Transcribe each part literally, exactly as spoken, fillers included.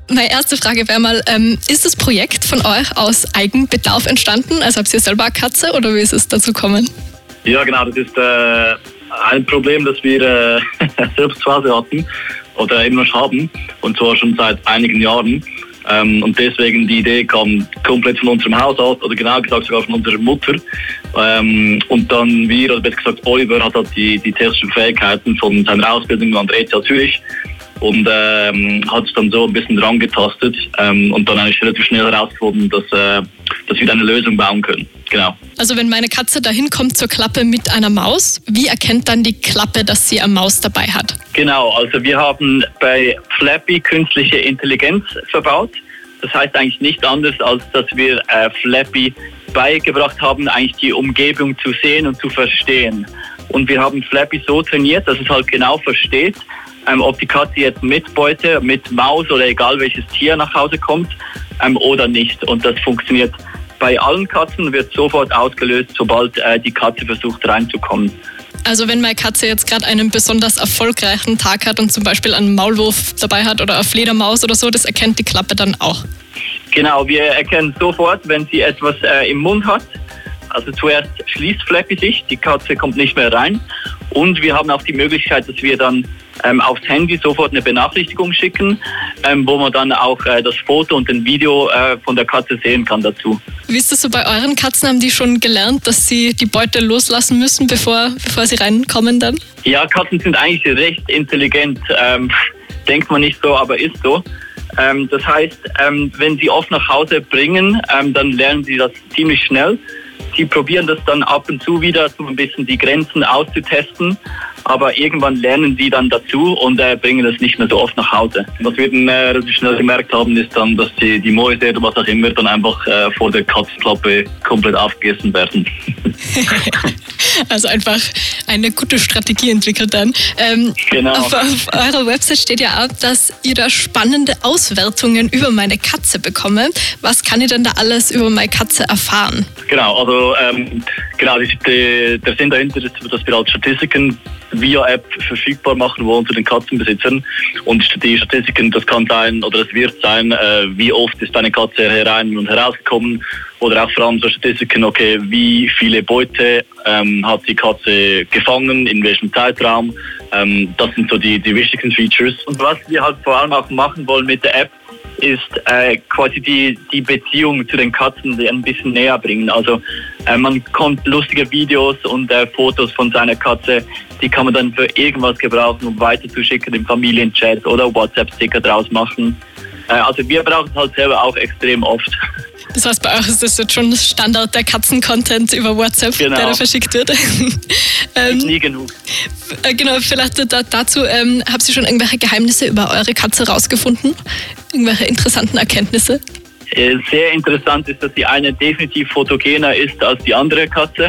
Meine erste Frage wäre mal, ähm, ist das Projekt von euch aus Eigenbedarf entstanden? Also habt ihr selber eine Katze oder wie ist es dazu gekommen? Ja, genau, das ist äh, ein Problem, das wir äh, selbst zu Hause hatten oder immer noch haben, und zwar schon seit einigen Jahren. Ähm, und deswegen die Idee kam komplett von unserem Hausarzt, oder genau gesagt sogar von unserer Mutter. Ähm, und dann wir, oder besser gesagt Oliver, hat halt die, die technischen Fähigkeiten von seiner Ausbildung an der E T H Zürich und ähm, hat es dann so ein bisschen dran getastet ähm, und dann eigentlich relativ schnell herausgefunden, dass, äh, dass wir da eine Lösung bauen können. Genau. Also wenn meine Katze dahin kommt zur Klappe mit einer Maus, wie erkennt dann die Klappe, dass sie eine Maus dabei hat? Genau, also wir haben bei Flappy künstliche Intelligenz verbaut. Das heißt eigentlich nichts anderes, als dass wir äh, Flappy beigebracht haben, eigentlich die Umgebung zu sehen und zu verstehen. Und wir haben Flappy so trainiert, dass es halt genau versteht, ähm, ob die Katze jetzt mit Beute, mit Maus oder egal welches Tier nach Hause kommt ähm, oder nicht. Und das funktioniert bei allen Katzen, wird sofort ausgelöst, sobald äh, die Katze versucht reinzukommen. Also wenn meine Katze jetzt gerade einen besonders erfolgreichen Tag hat und zum Beispiel einen Maulwurf dabei hat oder eine Fledermaus oder so, das erkennt die Klappe dann auch? Genau, wir erkennen sofort, wenn sie etwas äh, im Mund hat. Also zuerst schließt Flappy sich, die Katze kommt nicht mehr rein. Und wir haben auch die Möglichkeit, dass wir dann ähm, aufs Handy sofort eine Benachrichtigung schicken, ähm, wo man dann auch äh, das Foto und ein Video äh, von der Katze sehen kann dazu. Wie ist das so bei euren Katzen? Haben die schon gelernt, dass sie die Beute loslassen müssen, bevor, bevor sie reinkommen dann? Ja, Katzen sind eigentlich recht intelligent. Ähm, denkt man nicht so, aber ist so. Ähm, das heißt, ähm, wenn sie oft nach Hause bringen, ähm, dann lernen sie das ziemlich schnell. Sie probieren das dann ab und zu wieder, um ein bisschen die Grenzen auszutesten. Aber irgendwann lernen sie dann dazu und äh, bringen das nicht mehr so oft nach Hause. Was wir dann äh, relativ schnell gemerkt haben, ist dann, dass die, die Mäuse oder was auch immer dann einfach äh, vor der Katzenklappe komplett aufgegessen werden. Also einfach eine gute Strategie entwickelt dann. Ähm, genau. Auf, auf eurer Website steht ja auch, dass ihr da spannende Auswertungen über meine Katze bekomme. Was kann ich denn da alles über meine Katze erfahren? Genau, also ähm, genau, die, die, der Sinn dahinter ist, dass wir halt Statistiken via App verfügbar machen wollen zu den Katzenbesitzern. Und die Statistiken, das kann sein oder es wird sein, äh, wie oft ist deine Katze herein und herausgekommen, oder auch vor allem so Statistiken, okay, wie viele Beute ähm, hat die Katze gefangen, in welchem Zeitraum. Ähm, das sind so die, die wichtigsten Features. Und was wir halt vor allem auch machen wollen mit der App, ist äh, quasi die, die Beziehung zu den Katzen ein bisschen näher bringen. Also äh, man kommt lustige Videos und äh, Fotos von seiner Katze, die kann man dann für irgendwas gebrauchen, um weiterzuschicken im Familienchat oder WhatsApp-Sticker draus machen. Äh, also wir brauchen es halt selber auch extrem oft. Das heißt, bei euch ist das jetzt schon Standard der Katzen-Content über WhatsApp, genau, der da verschickt wird. ähm, Nie genug. Äh, genau, vielleicht da, dazu, ähm, habt ihr schon irgendwelche Geheimnisse über eure Katze rausgefunden? Irgendwelche interessanten Erkenntnisse? Sehr interessant ist, dass die eine definitiv fotogener ist als die andere Katze.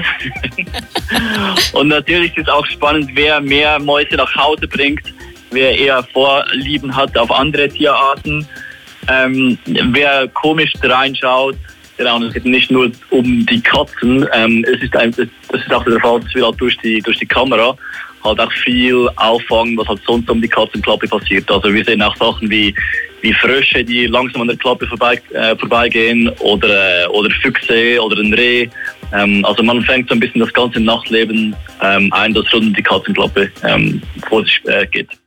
Und natürlich ist auch spannend, wer mehr Mäuse nach Hause bringt, wer eher Vorlieben hat auf andere Tierarten. Ähm, wer komisch reinschaut, genau, und es geht nicht nur um die Katzen, ähm, es ist ein, das ist auch der Fall, dass wir halt durch die, durch die Kamera halt auch viel auffangen, was halt sonst um die Katzenklappe passiert. Also wir sehen auch Sachen wie, wie Frösche, die langsam an der Klappe vorbei, äh, vorbeigehen, oder, äh, oder Füchse oder ein Reh. Ähm, also man fängt so ein bisschen das ganze Nachtleben ähm, ein, das rund um die Katzenklappe ähm, vor sich äh, geht.